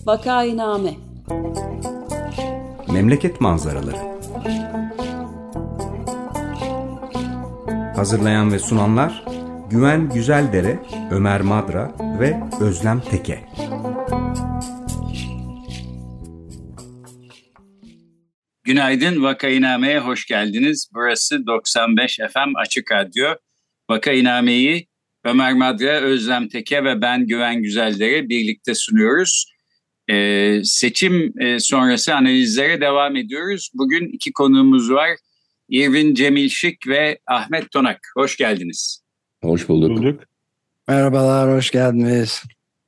Vakainame. Memleket manzaraları. Hazırlayan ve sunanlar Güven Güzeldere, Ömer Madra ve Özlem Teke. Günaydın, Vakainame'ye hoş geldiniz. Burası 95 FM Açık Radyo. Vakainame'yi Ömer Madra, Özlem Teke ve ben Güven Güzeldere birlikte sunuyoruz. Seçim sonrası analizlere devam ediyoruz. Bugün iki konuğumuz var. İrvin Cemilşik ve Ahmet Tonak. Hoş geldiniz. Hoş bulduk. Merhabalar, hoş geldiniz.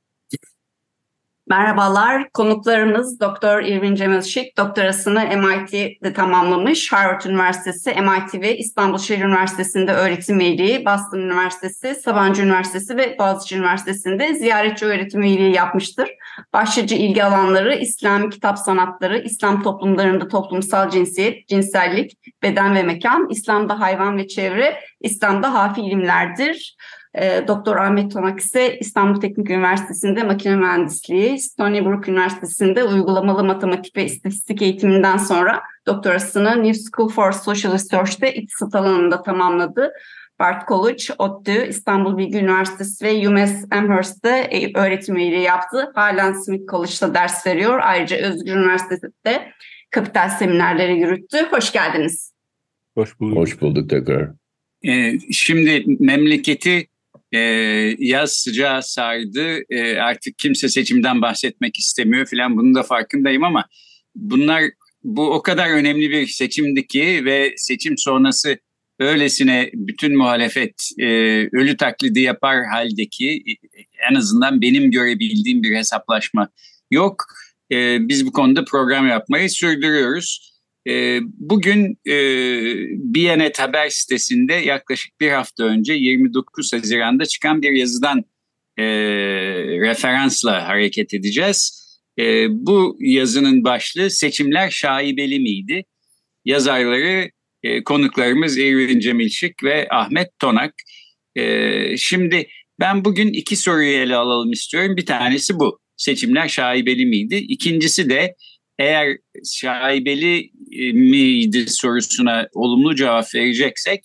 Merhabalar, konuklarımız Dr. İrvin Cemilşik doktorasını MIT'de tamamlamış. Harvard Üniversitesi, MIT ve İstanbul Şehir Üniversitesi'nde öğretim üyeliği, Boston Üniversitesi, Sabancı Üniversitesi ve Boğaziçi Üniversitesi'nde ziyaretçi öğretim üyeliği yapmıştır. Başlıca ilgi alanları İslami kitap sanatları, İslam toplumlarında toplumsal cinsiyet, cinsellik, beden ve mekan, İslam'da hayvan ve çevre, İslam'da hafi ilimlerdir. Doktor Ahmet Tonak ise İstanbul Teknik Üniversitesi'nde makine mühendisliği, Stony Brook Üniversitesi'nde uygulamalı matematik ve istatistik eğitiminden sonra doktorasını New School for Social Research'te iktisat alanında tamamladı. Bard College, ODTÜ, İstanbul Bilgi Üniversitesi ve UMass Amherst'te öğretim üyeliği yaptı. Halen Smith College'da ders veriyor. Ayrıca Özgür Üniversitesi'nde kapital seminerleri yürüttü. Hoş geldiniz. Hoş bulduk. Hoş bulduk tekrar. Şimdi memleketi yaz sıcağı sardı. Artık kimse seçimden bahsetmek istemiyor falan, bunun da farkındayım ama bu o kadar önemli bir seçimdi ki ve seçim sonrası öylesine bütün muhalefet ölü taklidi yapar haldeki, en azından benim görebildiğim bir hesaplaşma yok. Biz bu konuda program yapmayı sürdürüyoruz. Bugün Biyanet Haber sitesinde yaklaşık bir hafta önce 29 Haziran'da çıkan bir yazıdan referansla hareket edeceğiz. Bu yazının başlığı "Seçimler şaibeli miydi?" Yazarları konuklarımız İrvin Cemilşik ve Ahmet Tonak. Şimdi ben bugün iki soruyu ele alalım istiyorum. Bir tanesi bu: seçimler şaibeli miydi? İkincisi de, eğer şaibeli miydi sorusuna olumlu cevap vereceksek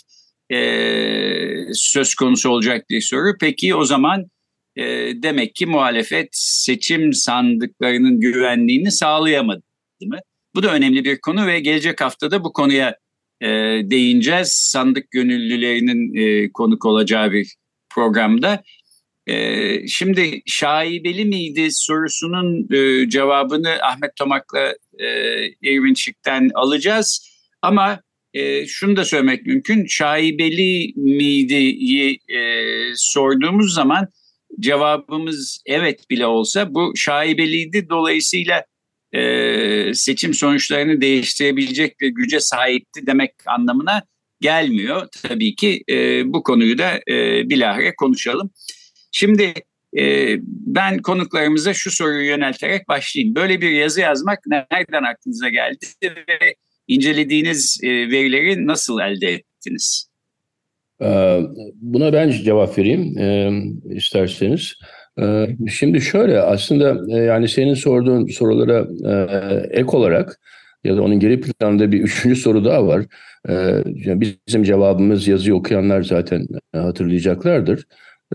söz konusu olacak bir soru. Peki o zaman demek ki muhalefet seçim sandıklarının güvenliğini sağlayamadı mı? Bu da önemli bir konu ve gelecek haftada bu konuya değineceğiz. Sandık gönüllülerinin konuk olacağı bir programda. Şimdi şaibeli miydi sorusunun cevabını Ahmet Tomak'la İrvin Şik'ten alacağız. Ama şunu da söylemek mümkün: şaibeli miydi'yi sorduğumuz zaman cevabımız evet bile olsa bu şaibeliydi, dolayısıyla seçim sonuçlarını değiştirebilecek bir güce sahipti demek anlamına gelmiyor. Tabii ki bu konuyu da bilahare konuşalım. Şimdi ben konuklarımıza şu soruyu yönelterek başlayayım. Böyle bir yazı yazmak nereden aklınıza geldi ve incelediğiniz verileri nasıl elde ettiniz? Buna ben cevap vereyim isterseniz. Şimdi şöyle, aslında yani senin sorduğun sorulara ek olarak ya da onun geri planında bir üçüncü soru daha var. Bizim cevabımız, yazıyı okuyanlar zaten hatırlayacaklardır.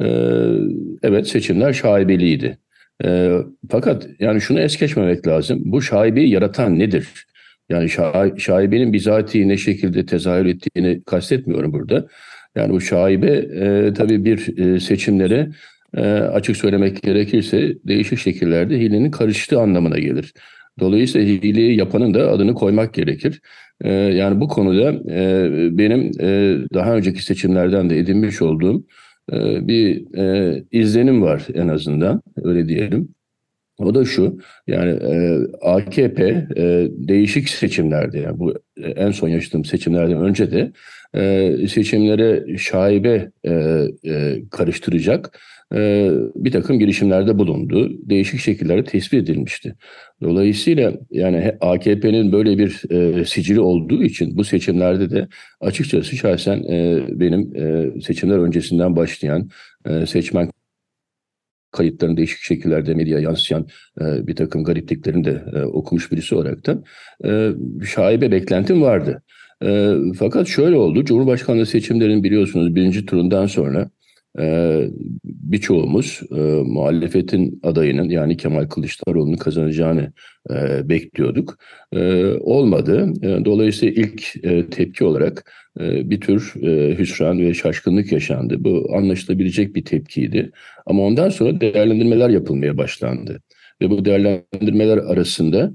Evet, seçimler şaibeliydi. Fakat yani şunu es geçmemek lazım. Bu şaibeyi yaratan nedir? Yani şaibenin bizatihi ne şekilde tezahür ettiğini kastetmiyorum burada. Yani bu şaibe tabii bir seçimlere açık söylemek gerekirse değişik şekillerde hilenin karıştığı anlamına gelir. Dolayısıyla hileyi yapanın da adını koymak gerekir. Yani bu konuda benim daha önceki seçimlerden de edinmiş olduğum bir izlenim var, en azından öyle diyelim. O da şu: yani AKP değişik seçimlerde, yani bu en son yaşadığım seçimlerden önce de seçimlere şaibe karıştıracak bir takım girişimlerde bulundu. Değişik şekillerde tespit edilmişti. Dolayısıyla yani AKP'nin böyle bir sicili olduğu için bu seçimlerde de açıkçası şahsen benim seçimler öncesinden başlayan seçmen kayıtlarını değişik şekillerde medyaya yansıyan bir takım garipliklerini de okumuş birisi olaraktan şaibe beklentim vardı. Fakat şöyle oldu. Cumhurbaşkanlığı seçimlerinin biliyorsunuz birinci turundan sonra birçoğumuz muhalefetin adayının yani Kemal Kılıçdaroğlu'nun kazanacağını bekliyorduk. Olmadı. Dolayısıyla ilk tepki olarak bir tür hüsran ve şaşkınlık yaşandı. Bu anlaşılabilecek bir tepkiydi. Ama ondan sonra değerlendirmeler yapılmaya başlandı. Ve bu değerlendirmeler arasında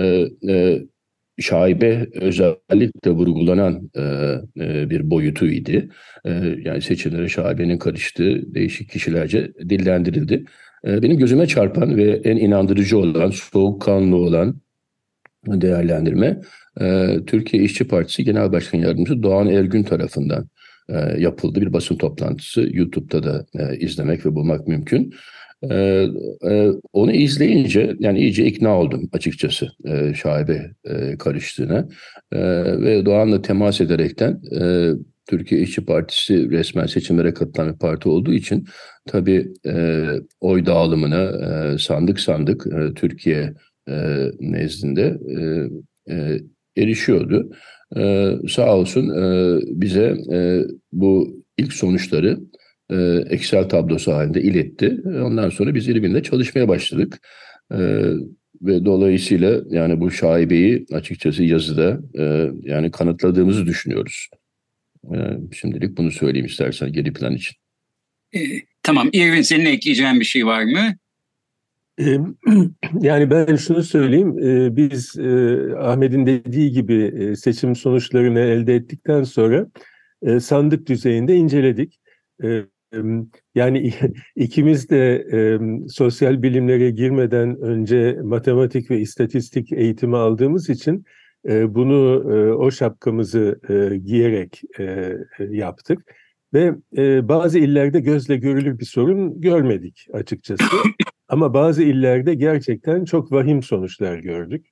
şaibe özellikle vurgulanan bir boyutuydu. Yani seçimlere şaibenin karıştığı değişik kişilerce dillendirildi. Benim gözüme çarpan ve en inandırıcı olan, soğukkanlı olan değerlendirme Türkiye İşçi Partisi Genel Başkan Yardımcısı Doğan Ergün tarafından yapıldı. Bir basın toplantısı YouTube'da da izlemek ve bulmak mümkün. Onu izleyince yani iyice ikna oldum açıkçası şaibe karıştığına ve Doğan'la temas ederekten Türkiye İşçi Partisi resmen seçimlere katılan bir parti olduğu için tabii oy dağılımına sandık sandık Türkiye nezdinde erişiyordu. Sağ olsun bize bu ilk sonuçları Excel tablosu halinde iletti. Ondan sonra biz İRİBİN'le çalışmaya başladık. Ve dolayısıyla yani bu şaibeyi açıkçası yazıda yani kanıtladığımızı düşünüyoruz. Şimdilik bunu söyleyeyim istersen geri plan için. Tamam. İrvin senin ekleyeceğin bir şey var mı? Yani ben şunu söyleyeyim. Biz Ahmet'in dediği gibi seçim sonuçlarını elde ettikten sonra sandık düzeyinde inceledik. Yani ikimiz de sosyal bilimlere girmeden önce matematik ve istatistik eğitimi aldığımız için bunu o şapkamızı giyerek yaptık. Ve bazı illerde gözle görülür bir sorun görmedik açıkçası. Ama bazı illerde gerçekten çok vahim sonuçlar gördük.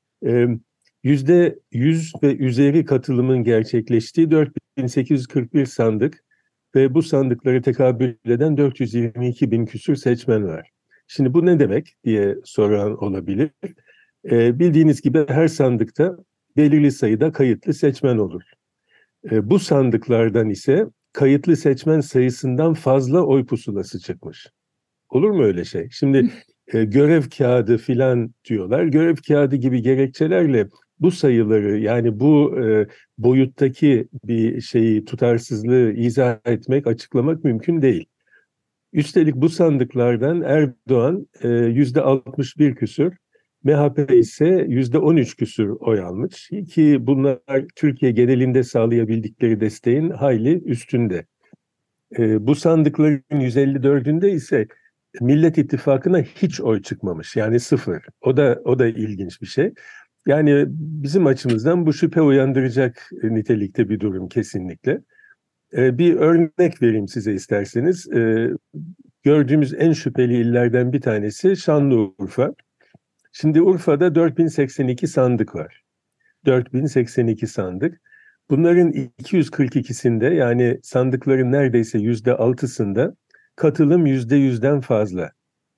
%100 ve üzeri katılımın gerçekleştiği 4841 sandık ve bu sandıkları tekabül eden 422 bin küsur seçmen var. Şimdi bu ne demek diye soran olabilir. Bildiğiniz gibi her sandıkta belirli sayıda kayıtlı seçmen olur. Bu sandıklardan ise kayıtlı seçmen sayısından fazla oy pusulası çıkmış. Olur mu öyle şey? Şimdi görev kağıdı filan diyorlar. Görev kağıdı gibi gerekçelerle bu sayıları yani bu boyuttaki bir şeyi tutarsızlığı izah etmek, açıklamak mümkün değil. Üstelik bu sandıklardan Erdoğan %61 küsur, MHP ise %13 küsur oy almış ki bunlar Türkiye genelinde sağlayabildikleri desteğin hayli üstünde. Bu sandıkların 154'ünde ise Millet İttifakı'na hiç oy çıkmamış yani sıfır. O da ilginç bir şey. Yani bizim açımızdan bu şüphe uyandıracak nitelikte bir durum kesinlikle. Bir örnek vereyim size isterseniz. Gördüğümüz en şüpheli illerden bir tanesi Şanlıurfa. Şimdi Urfa'da 4082 sandık var. 4082 sandık. Bunların 242'sinde yani sandıkların neredeyse %6'sında katılım %100'den fazla.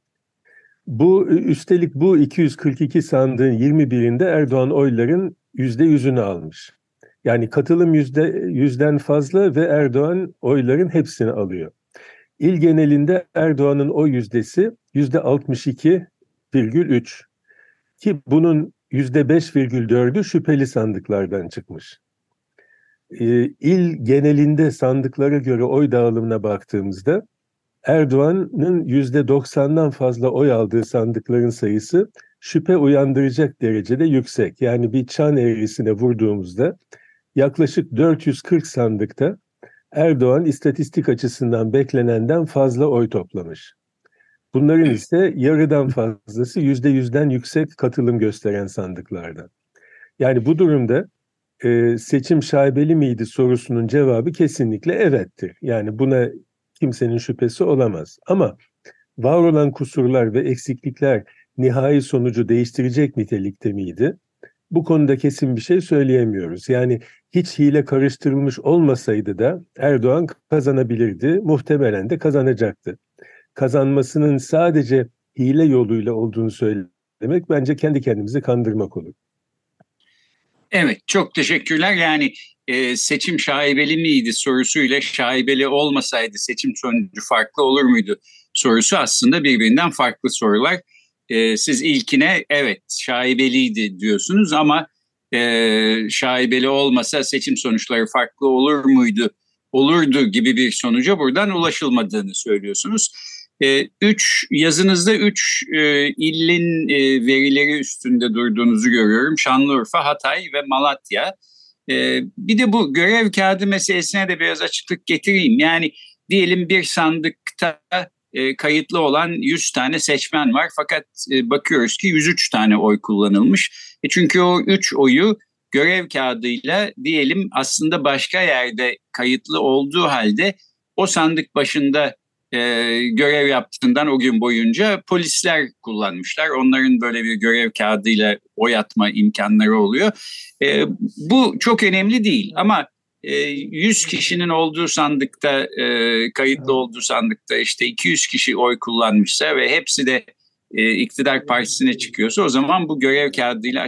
Üstelik bu 242 sandığın 21'inde Erdoğan oyların %100'ünü almış. Yani katılım %100'den fazla ve Erdoğan oyların hepsini alıyor. İl genelinde Erdoğan'ın oy yüzdesi %62,3 ki bunun %5,4'ü şüpheli sandıklardan çıkmış. İl genelinde sandıklara göre oy dağılımına baktığımızda Erdoğan'ın %90'dan fazla oy aldığı sandıkların sayısı şüphe uyandıracak derecede yüksek. Yani bir çan eğrisine vurduğumuzda yaklaşık 440 sandıkta Erdoğan istatistik açısından beklenenden fazla oy toplamış. Bunların ise yarıdan fazlası %100'den yüksek katılım gösteren sandıklardan. Yani bu durumda seçim şaibeli miydi sorusunun cevabı kesinlikle evettir. Yani buna kimsenin şüphesi olamaz. Ama var olan kusurlar ve eksiklikler nihai sonucu değiştirecek nitelikte miydi? Bu konuda kesin bir şey söyleyemiyoruz. Yani hiç hile karıştırılmış olmasaydı da Erdoğan kazanabilirdi, muhtemelen de kazanacaktı. kazanmasının sadece hile yoluyla olduğunu söylemek bence kendi kendimizi kandırmak olur. Evet, çok teşekkürler. Yani seçim şaibeli miydi sorusuyla şaibeli olmasaydı seçim sonucu farklı olur muydu sorusu aslında birbirinden farklı sorular. Siz ilkine evet şaibeliydi diyorsunuz ama şaibeli olmasa seçim sonuçları farklı olur muydu? Olurdu gibi bir sonuca buradan ulaşılmadığını söylüyorsunuz. Yazınızda 3 ilin verileri üstünde durduğunuzu görüyorum. Şanlıurfa, Hatay ve Malatya. Bir de bu görev kağıdı meselesine de biraz açıklık getireyim. Yani diyelim bir sandıkta kayıtlı olan 100 tane seçmen var. Fakat bakıyoruz ki 103 tane oy kullanılmış. Çünkü o 3 oyu görev kağıdıyla diyelim aslında başka yerde kayıtlı olduğu halde o sandık başında görev yaptığından o gün boyunca polisler kullanmışlar. Onların böyle bir görev kağıdıyla oy atma imkanları oluyor. Bu çok önemli değil ama 100 kişinin olduğu sandıkta, kayıtlı olduğu sandıkta işte 200 kişi oy kullanmışsa ve hepsi de iktidar partisine çıkıyorsa o zaman bu görev kağıdıyla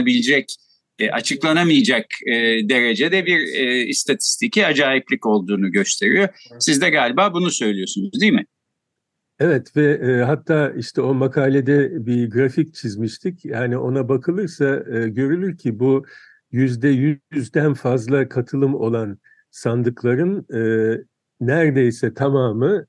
açıklanamayacak derecede bir istatistiki acayiplik olduğunu gösteriyor. Siz de galiba bunu söylüyorsunuz değil mi? Evet ve hatta işte o makalede bir grafik çizmiştik. Yani ona bakılırsa görülür ki bu %100'den fazla katılım olan sandıkların neredeyse tamamı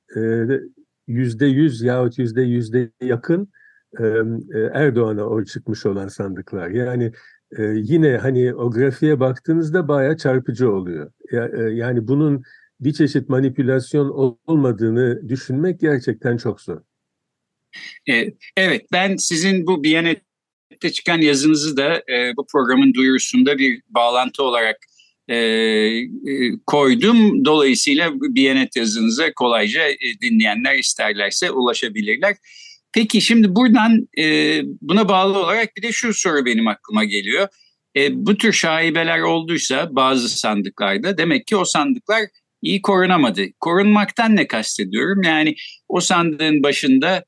%100 yahut %100'de yakın Erdoğan'a oy çıkmış olan sandıklar. Yani yine hani o grafiğe baktığınızda bayağı çarpıcı oluyor. Yani bunun bir çeşit manipülasyon olmadığını düşünmek gerçekten çok zor. Evet, ben sizin bu Biyanet'te çıkan yazınızı da bu programın duyurusunda bir bağlantı olarak koydum. Dolayısıyla Biyanet yazınıza kolayca dinleyenler isterlerse ulaşabilirler. Peki şimdi buradan buna bağlı olarak bir de şu soru benim aklıma geliyor. Bu tür şaibeler olduysa bazı sandıklarda demek ki o sandıklar iyi korunamadı. Korunmaktan ne kastediyorum? Yani o sandığın başında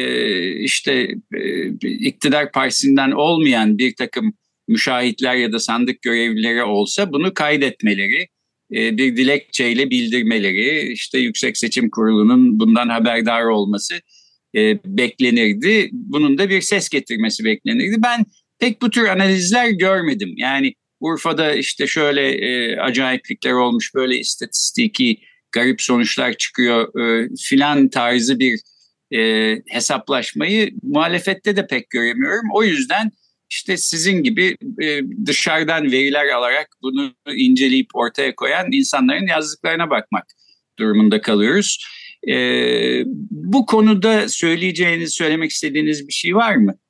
iktidar partisinden olmayan bir takım müşahitler ya da sandık görevlileri olsa bunu kaydetmeleri, bir dilekçeyle bildirmeleri, işte Yüksek Seçim Kurulu'nun bundan haberdar olması beklenirdi. Bunun da bir ses getirmesi beklenirdi. Ben pek bu tür analizler görmedim. Yani Urfa'da işte şöyle acayiplikler olmuş, böyle istatistiki garip sonuçlar çıkıyor filan tarzı bir hesaplaşmayı muhalefette de pek göremiyorum. O yüzden işte sizin gibi dışarıdan veriler alarak bunu inceleyip ortaya koyan insanların yazdıklarına bakmak durumunda kalıyoruz. Bu konuda söylemek istediğiniz bir şey var mı?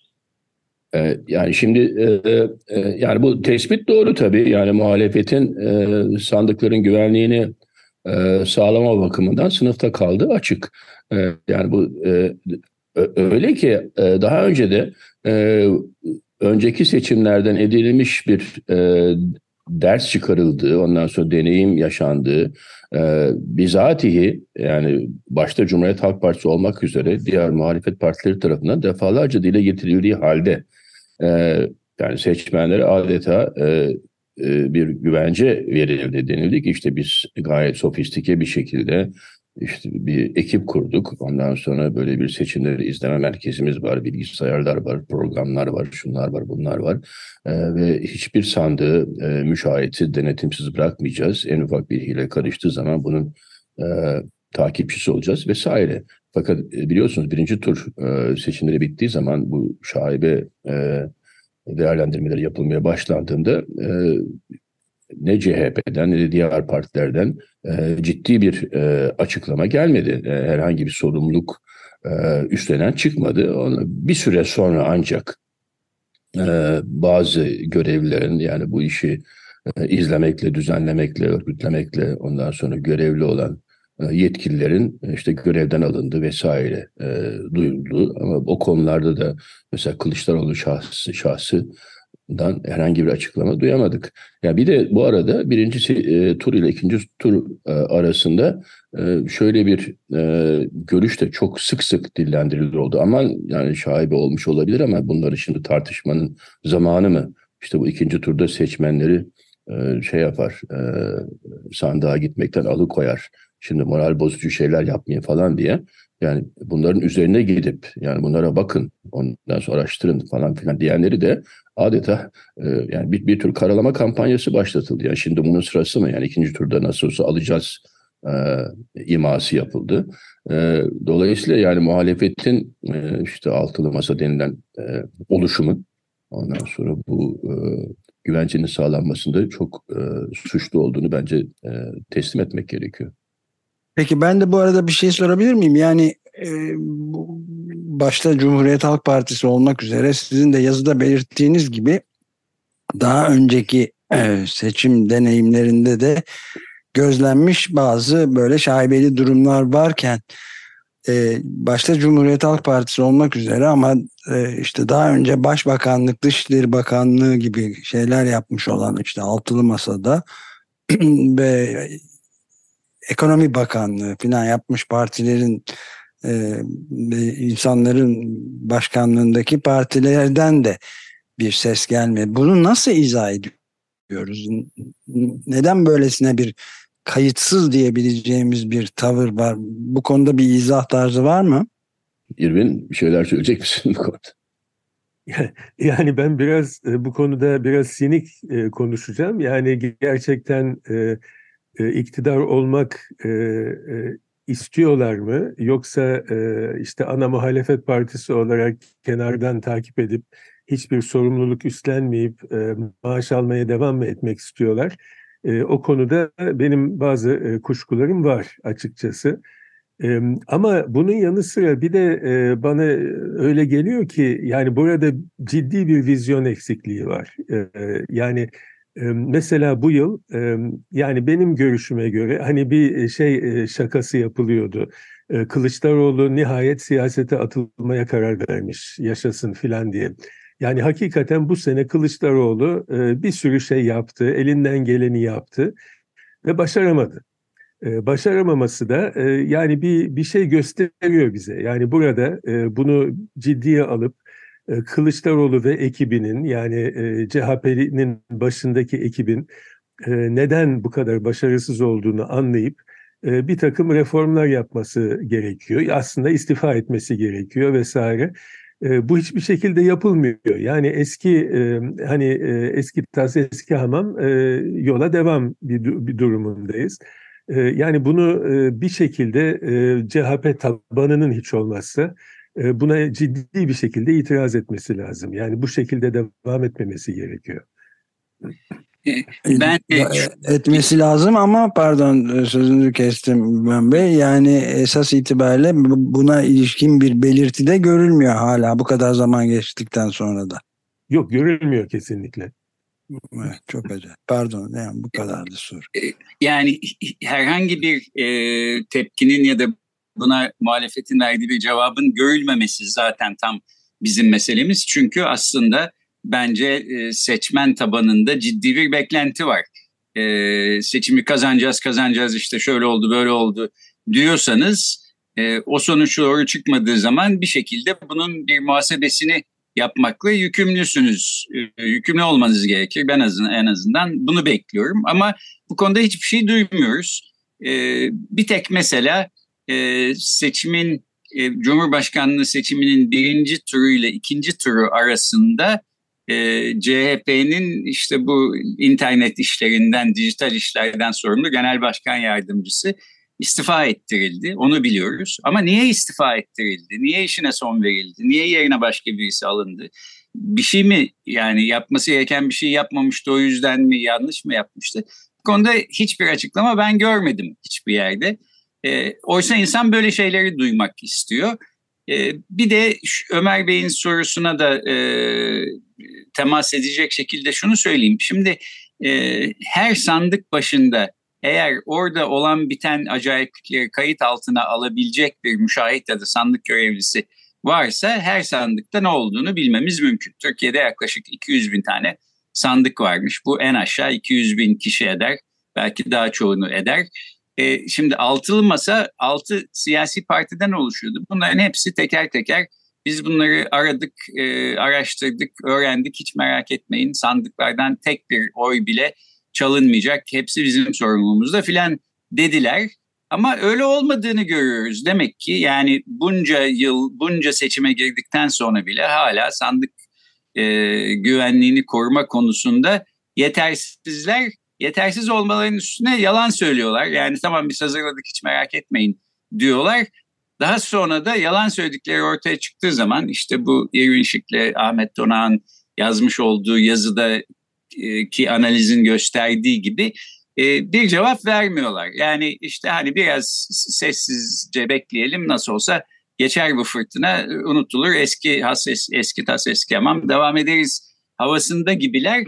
Yani şimdi yani bu tespit doğru tabii. Yani muhalefetin sandıkların güvenliğini sağlama bakımından sınıfta kaldığı açık. Yani bu öyle ki daha önce de önceki seçimlerden edinilmiş bir ders çıkarıldığı, ondan sonra deneyim yaşandığı, bizatihi yani başta Cumhuriyet Halk Partisi olmak üzere diğer muhalefet partileri tarafından defalarca dile getirildiği halde yani seçmenlere adeta bir güvence verildi, denildi ki işte biz gayet sofistike bir şekilde işte bir ekip kurduk. Ondan sonra böyle bir seçimleri izleme merkezimiz var, bilgisayarlar var, programlar var, şunlar var, bunlar var. Ve hiçbir sandığı müşahidi, denetimsiz bırakmayacağız. En ufak bir hile karıştığı zaman bunun takipçisi olacağız vesaire. Fakat biliyorsunuz birinci tur seçimleri bittiği zaman bu şaibe değerlendirmeleri yapılmaya başlandığında ne CHP'den ne de diğer partilerden ciddi bir açıklama gelmedi. Herhangi bir sorumluluk üstlenen çıkmadı. Bir süre sonra ancak bazı görevlilerin yani bu işi izlemekle, düzenlemekle, örgütlemekle ondan sonra görevli olan yetkililerin işte görevden alındı vesaire duyuldu. Ama o konularda da mesela Kılıçdaroğlu şahsı herhangi bir açıklama duyamadık. Ya bir de bu arada birinci tur ile ikinci tur arasında şöyle bir görüş de çok sık sık dillendirilir oldu. Aman yani şaibe olmuş olabilir ama bunları şimdi tartışmanın zamanı mı? İşte bu ikinci turda seçmenleri şey yapar, sandığa gitmekten alıkoyar. Şimdi moral bozucu şeyler yapmayın falan diye. Yani bunların üzerine gidip yani bunlara bakın, ondan sonra araştırın falan filan diyenleri de adeta yani bir tür karalama kampanyası başlatıldı. Yani şimdi bunun sırası mı? Yani ikinci turda nasıl olsa alacağız iması yapıldı. Dolayısıyla yani muhalefetin işte altılı masa denilen oluşumu ondan sonra bu güvencenin sağlanmasında çok suçlu olduğunu bence teslim etmek gerekiyor. Peki ben de bu arada bir şey sorabilir miyim? Yani başta Cumhuriyet Halk Partisi olmak üzere sizin de yazıda belirttiğiniz gibi daha önceki seçim deneyimlerinde de gözlenmiş bazı böyle şaibeli durumlar varken başta Cumhuriyet Halk Partisi olmak üzere ama işte daha önce Başbakanlık, Dışişleri Bakanlığı gibi şeyler yapmış olan işte Altılı Masa'da ve Ekonomi Bakanlığı falan yapmış partilerin insanların başkanlığındaki partilerden de bir ses gelmedi. Bunu nasıl izah ediyoruz? Neden böylesine bir kayıtsız diyebileceğimiz bir tavır var? Bu konuda bir izah tarzı var mı? İrvin bir şeyler söyleyecek misin bu konuda? Yani ben biraz bu konuda biraz sinik konuşacağım. Yani gerçekten iktidar olmak istiyorlar mı? Yoksa işte ana muhalefet partisi olarak kenardan takip edip hiçbir sorumluluk üstlenmeyip maaş almaya devam mı etmek istiyorlar? O konuda benim bazı kuşkularım var açıkçası. Ama bunun yanı sıra bir de bana öyle geliyor ki yani burada ciddi bir vizyon eksikliği var. Yani mesela bu yıl yani benim görüşüme göre hani bir şakası yapılıyordu. Kılıçdaroğlu nihayet siyasete atılmaya karar vermiş, yaşasın filan diye. Yani hakikaten bu sene Kılıçdaroğlu bir sürü şey yaptı, elinden geleni yaptı ve başaramadı. Başaramaması da yani bir şey gösteriyor bize. Yani burada bunu ciddiye alıp Kılıçdaroğlu ve ekibinin yani CHP'nin başındaki ekibin neden bu kadar başarısız olduğunu anlayıp bir takım reformlar yapması gerekiyor. Aslında istifa etmesi gerekiyor vesaire. Bu hiçbir şekilde yapılmıyor. Yani eski hani eski tas eski hamam yola devam bir durumundayız. Yani bunu bir şekilde CHP tabanının hiç olmazsa buna ciddi bir şekilde itiraz etmesi lazım. Yani bu şekilde devam etmemesi gerekiyor. Ben etmesi lazım ama pardon sözünü kestim Ben Bey. Yani esas itibariyle buna ilişkin bir belirti de görülmüyor hala bu kadar zaman geçtikten sonra da. Yok, görülmüyor kesinlikle. Evet, çok acayip. Pardon yani bu kadardı soru. Yani herhangi bir tepkinin ya da buna muhalefetin verdiği bir cevabın görülmemesi zaten tam bizim meselemiz. Çünkü aslında bence seçmen tabanında ciddi bir beklenti var. Seçimi kazanacağız işte şöyle oldu böyle oldu diyorsanız o sonuç doğru çıkmadığı zaman bir şekilde bunun bir muhasebesini yapmakla yükümlüsünüz. Yükümlü olmanız gerekir. Ben en azından bunu bekliyorum. Ama bu konuda hiçbir şey duymuyoruz. Bir tek mesela seçimin Cumhurbaşkanlığı seçiminin birinci turu ile ikinci turu arasında CHP'nin işte bu internet işlerinden, dijital işlerden sorumlu genel başkan yardımcısı istifa ettirildi. Onu biliyoruz. Ama niye istifa ettirildi? Niye işine son verildi? Niye yerine başka birisi alındı? Bir şey mi yani yapması gereken bir şey yapmamıştı, o yüzden mi, yanlış mı yapmıştı? Bu konuda hiçbir açıklama ben görmedim hiçbir yerde. Oysa insan böyle şeyleri duymak istiyor. Bir de Ömer Bey'in sorusuna da temas edecek şekilde şunu söyleyeyim. Şimdi her sandık başında eğer orada olan biten acayiplikleri kayıt altına alabilecek bir müşahit ya da sandık görevlisi varsa her sandıkta ne olduğunu bilmemiz mümkün. Türkiye'de yaklaşık 200 bin tane sandık varmış. Bu en aşağı 200 bin kişi eder. Belki daha çoğunu eder. Şimdi altılı masa 6 siyasi partiden oluşuyordu. Bunların hepsi teker teker biz bunları aradık, araştırdık, öğrendik. Hiç merak etmeyin, sandıklardan tek bir oy bile çalınmayacak. Hepsi bizim sorumluluğumuzda filan dediler. Ama öyle olmadığını görüyoruz. Demek ki yani bunca yıl, bunca seçime girdikten sonra bile hala sandık güvenliğini koruma konusunda yetersizler. Yetersiz olmalarının üstüne yalan söylüyorlar. Yani tamam biz hazırladık hiç merak etmeyin diyorlar. Daha sonra da yalan söyledikleri ortaya çıktığı zaman işte bu Irwin Schick'le Ahmet Donak'ın yazmış olduğu yazıda ki analizin gösterdiği gibi bir cevap vermiyorlar. Yani işte hani biraz sessizce bekleyelim, nasıl olsa geçer bu fırtına, unutulur, eski tas eski hamam, devam ederiz havasında gibiler.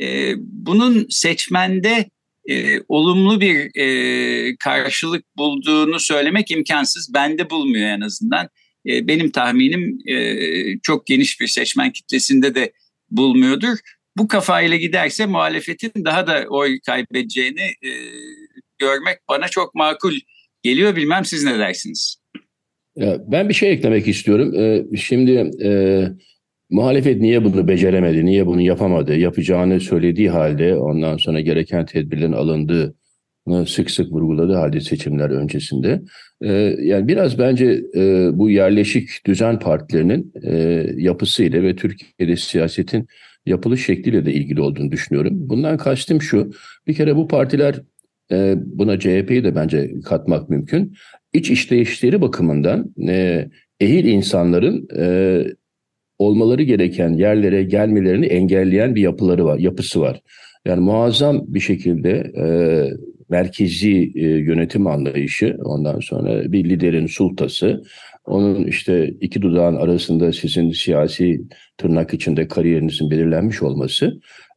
Bunun seçmende olumlu bir karşılık bulduğunu söylemek imkansız. Bende bulmuyor en azından. Benim tahminim çok geniş bir seçmen kitlesinde de bulmuyordur. Bu kafayla giderse muhalefetin daha da oy kaybedeceğini görmek bana çok makul geliyor. Bilmem siz ne dersiniz? Ben bir şey eklemek istiyorum. Şimdi muhalefet niye bunu beceremedi, niye bunu yapamadı, yapacağını söylediği halde ondan sonra gereken tedbirlerin alındığını sık sık vurguladığı halde seçimler öncesinde. Yani biraz bence bu yerleşik düzen partilerinin yapısıyla ve Türkiye'de siyasetin yapılış şekliyle de ilgili olduğunu düşünüyorum. Bundan kastım şu, bir kere bu partiler, buna CHP'yi de bence katmak mümkün, İç işleyişleri bakımından ehil insanların olmaları gereken yerlere gelmelerini engelleyen bir yapısı var. Yani muazzam bir şekilde merkezi yönetim anlayışı, ondan sonra bir liderin sultası, onun işte iki dudağın arasında sizin siyasi tırnak içinde kariyerinizin belirlenmiş olması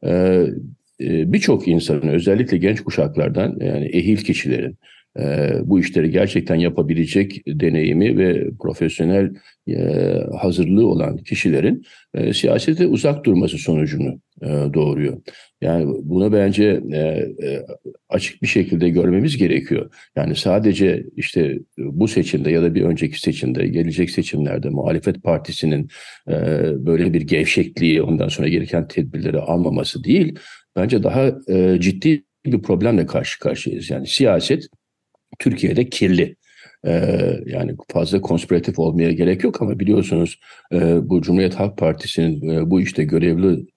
birçok insanın, özellikle genç kuşaklardan, yani ehil kişilerin bu işleri gerçekten yapabilecek deneyimi ve profesyonel hazırlığı olan kişilerin siyasete uzak durması sonucunu doğuruyor. Yani bunu bence açık bir şekilde görmemiz gerekiyor. Yani sadece işte bu seçimde ya da bir önceki seçimde, gelecek seçimlerde muhalefet partisinin böyle bir gevşekliği, ondan sonra gereken tedbirleri almaması değil, bence daha ciddi bir problemle karşı karşıyayız. Yani siyaset Türkiye'de kirli. Yani fazla konspiratif olmaya gerek yok ama biliyorsunuz bu Cumhuriyet Halk Partisi'nin bu işte görevli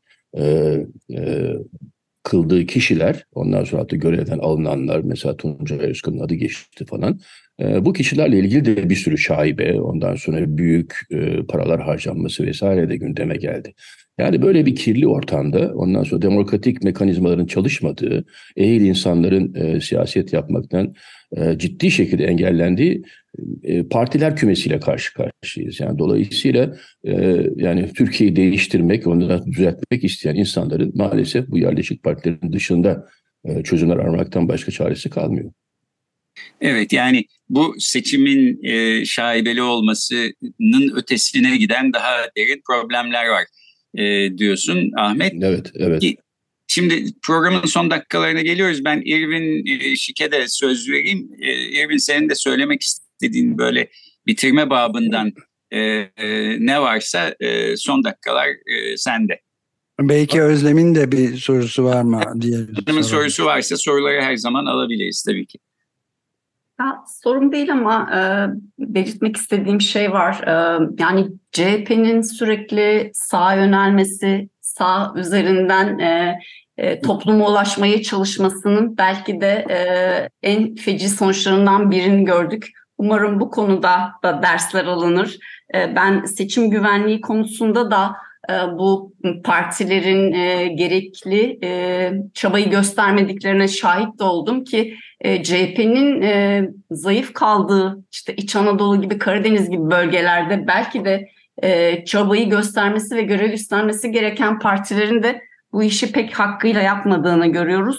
kıldığı kişiler, ondan sonra hatta görevden alınanlar, mesela Tuncay Özkan'ın adı geçti falan. Bu kişilerle ilgili de bir sürü şaibe, ondan sonra büyük paralar harcanması vesaire de gündeme geldi. Yani böyle bir kirli ortamda, ondan sonra demokratik mekanizmaların çalışmadığı, ehil insanların siyaset yapmaktan ciddi şekilde engellendiği partiler kümesiyle karşı karşıyayız. Yani dolayısıyla yani Türkiye'yi değiştirmek, onları düzeltmek isteyen insanların maalesef bu yerleşik partilerin dışında çözümler aramaktan başka çaresi kalmıyor. Evet, yani bu seçimin şaibeli olmasının ötesine giden daha derin problemler var diyorsun Ahmet. Evet. Şimdi programın son dakikalarına geliyoruz. Ben Irwin Schick'e de söz vereyim. Irwin, senin de söylemek istediğin böyle bitirme babından ne varsa son dakikalar sende. Belki Özlem'in de bir sorusu var mı diye. Özlem'in sorusu varsa soruları her zaman alabiliriz tabii ki. Sorum değil ama belirtmek istediğim şey var. Yani CHP'nin sürekli sağa yönelmesi, sağ üzerinden topluma ulaşmaya çalışmasının belki de en feci sonuçlarından birini gördük. Umarım bu konuda da dersler alınır. Ben seçim güvenliği konusunda da bu partilerin gerekli çabayı göstermediklerine şahit de oldum ki CHP'nin zayıf kaldığı işte İç Anadolu gibi, Karadeniz gibi bölgelerde belki de çabayı göstermesi ve görev üstlenmesi gereken partilerin de bu işi pek hakkıyla yapmadığını görüyoruz.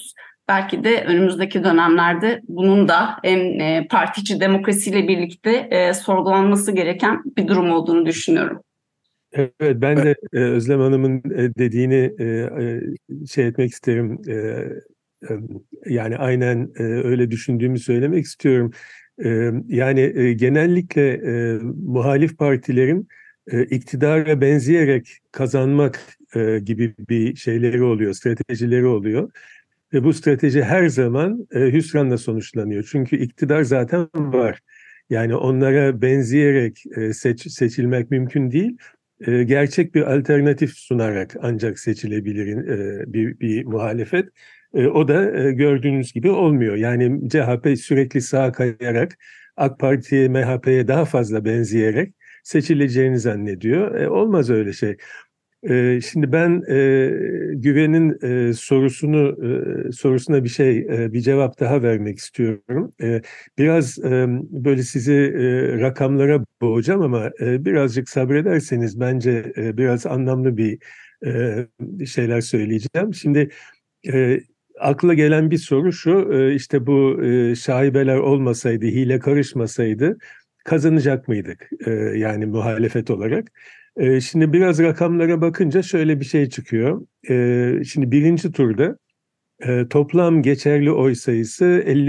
belki de önümüzdeki dönemlerde bunun da parti içi demokrasiyle birlikte sorgulanması gereken bir durum olduğunu düşünüyorum. Evet, ben de Özlem Hanım'ın dediğini şey etmek isterim. Yani aynen öyle düşündüğümü söylemek istiyorum. Yani genellikle muhalif partilerin iktidara benzeyerek kazanmak gibi bir şeyleri oluyor, stratejileri oluyor. Ve bu strateji her zaman hüsranla sonuçlanıyor. Çünkü iktidar zaten var. Yani onlara benzeyerek seçilmek mümkün değil. Gerçek bir alternatif sunarak ancak seçilebilir bir muhalefet. O da gördüğünüz gibi olmuyor. Yani CHP sürekli sağa kayarak, AK Parti'ye, MHP'ye daha fazla benzeyerek seçileceğini zannediyor. Olmaz öyle şey. Şimdi ben Güven'in sorusuna bir cevap daha vermek istiyorum. Biraz böyle sizi rakamlara boğacağım ama birazcık sabrederseniz bence biraz anlamlı bir şeyler söyleyeceğim. Şimdi akla gelen bir soru şu, işte bu şaibeler olmasaydı, hile karışmasaydı kazanacak mıydık yani muhalefet olarak? Şimdi biraz rakamlara bakınca şöyle bir şey çıkıyor. Şimdi birinci turda toplam geçerli oy sayısı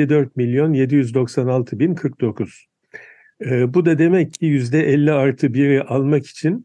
54.796.049. Bu da demek ki %50+1'i almak için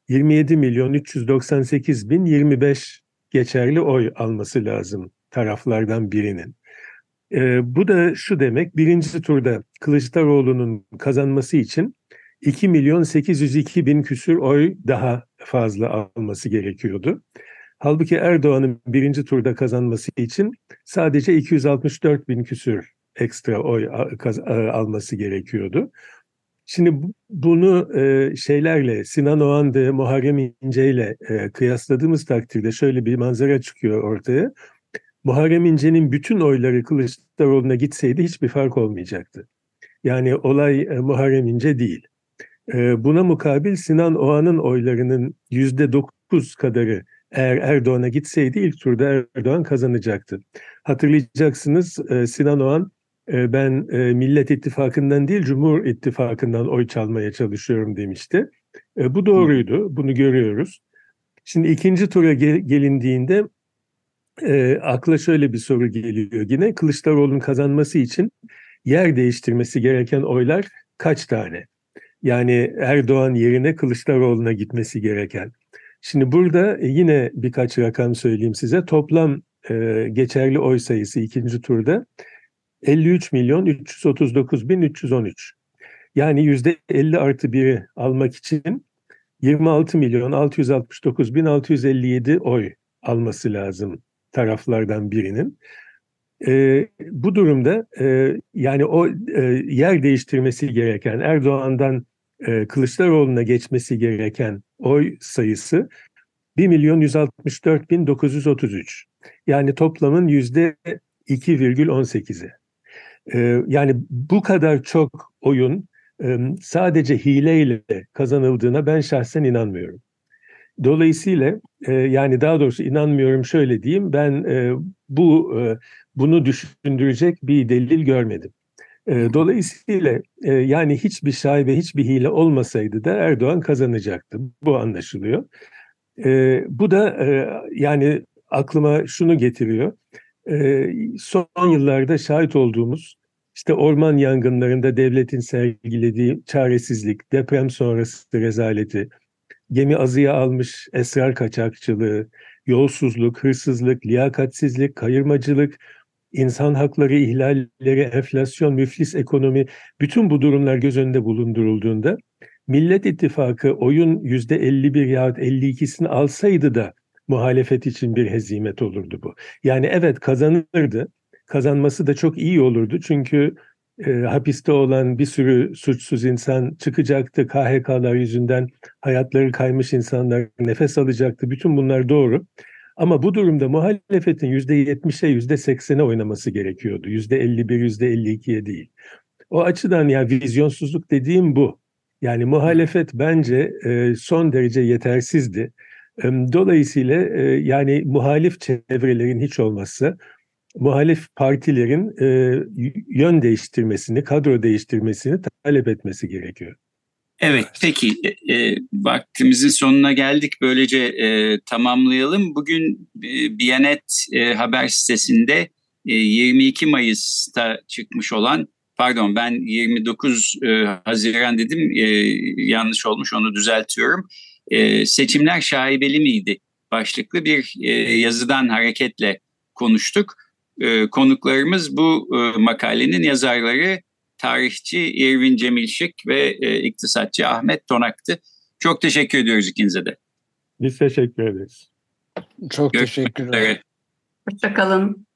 27.398.025 geçerli oy alması lazım taraflardan birinin. Bu da şu demek, birinci turda Kılıçdaroğlu'nun kazanması için 2.802.000 küsür oy daha fazla alması gerekiyordu. Halbuki Erdoğan'ın birinci turda kazanması için sadece 264.000 küsür ekstra oy alması gerekiyordu. Şimdi bunu şeylerle, Sinan Oğan ve Muharrem İnce ile kıyasladığımız takdirde şöyle bir manzara çıkıyor ortaya. Muharrem İnce'nin bütün oyları Kılıçdaroğlu'na gitseydi hiçbir fark olmayacaktı. Yani olay Muharrem İnce değil. Buna mukabil Sinan Oğan'ın oylarının %9 kadarı eğer Erdoğan'a gitseydi ilk turda Erdoğan kazanacaktı. Hatırlayacaksınız Sinan Oğan ben Millet İttifakı'ndan değil Cumhur İttifakı'ndan oy çalmaya çalışıyorum demişti. Bu doğruydu, bunu görüyoruz. Şimdi ikinci tura gelindiğinde akla şöyle bir soru geliyor yine. Kılıçdaroğlu'nun kazanması için yer değiştirmesi gereken oylar kaç tane? Yani Erdoğan yerine Kılıçdaroğlu'na gitmesi gereken. Şimdi burada yine birkaç rakam söyleyeyim size. Toplam geçerli oy sayısı ikinci turda 53.339.313. Yani %50+1'i almak için 26.669.657 oy alması lazım taraflardan birinin. Bu durumda yani o yer değiştirmesi gereken Erdoğan'dan Kılıçdaroğlu'na geçmesi gereken oy sayısı 1.164.933. Yani toplamın %2,18'i. Yani bu kadar çok oyun sadece hileyle kazanıldığına ben şahsen inanmıyorum. Dolayısıyla yani daha doğrusu inanmıyorum şöyle diyeyim, ben bunu düşündürecek bir delil görmedim. Dolayısıyla yani hiçbir şaibe, hiçbir hile olmasaydı da Erdoğan kazanacaktı. Bu anlaşılıyor. Bu da yani aklıma şunu getiriyor. Son yıllarda şahit olduğumuz işte orman yangınlarında devletin sergilediği çaresizlik, deprem sonrası rezaleti, gemi azıya almış esrar kaçakçılığı, yolsuzluk, hırsızlık, liyakatsizlik, kayırmacılık, insan hakları ihlalleri, enflasyon, müflis ekonomi, bütün bu durumlar göz önünde bulundurulduğunda Millet İttifakı oyun %51 yahut 52'sini alsaydı da muhalefet için bir hezimet olurdu bu. Yani evet kazanırdı. Kazanması da çok iyi olurdu. Çünkü hapiste olan bir sürü suçsuz insan çıkacaktı. KHK'lar yüzünden hayatları kaymış insanlar nefes alacaktı. Bütün bunlar doğru. Ama bu durumda muhalefetin %70'e, %80'e oynaması gerekiyordu. %51, %52'ye değil. O açıdan yani vizyonsuzluk dediğim bu. Yani muhalefet bence son derece yetersizdi. Dolayısıyla yani muhalif çevrelerin hiç olmazsa muhalif partilerin yön değiştirmesini, kadro değiştirmesini talep etmesi gerekiyor. Evet, peki vaktimizin sonuna geldik. Böylece tamamlayalım. Bugün Biyanet haber sitesinde 22 Mayıs'ta çıkmış olan, pardon ben 29 Haziran dedim, yanlış olmuş, onu düzeltiyorum. Seçimler şaibeli miydi başlıklı bir yazıdan hareketle konuştuk. Konuklarımız bu makalenin yazarları tarihçi Irvin Cemil Şık ve iktisatçı Ahmet Tonak'tı. Çok teşekkür ediyoruz ikinize de. Biz teşekkür ederiz. Çok Görüşmek teşekkürler. üzere. Hoşça kalın.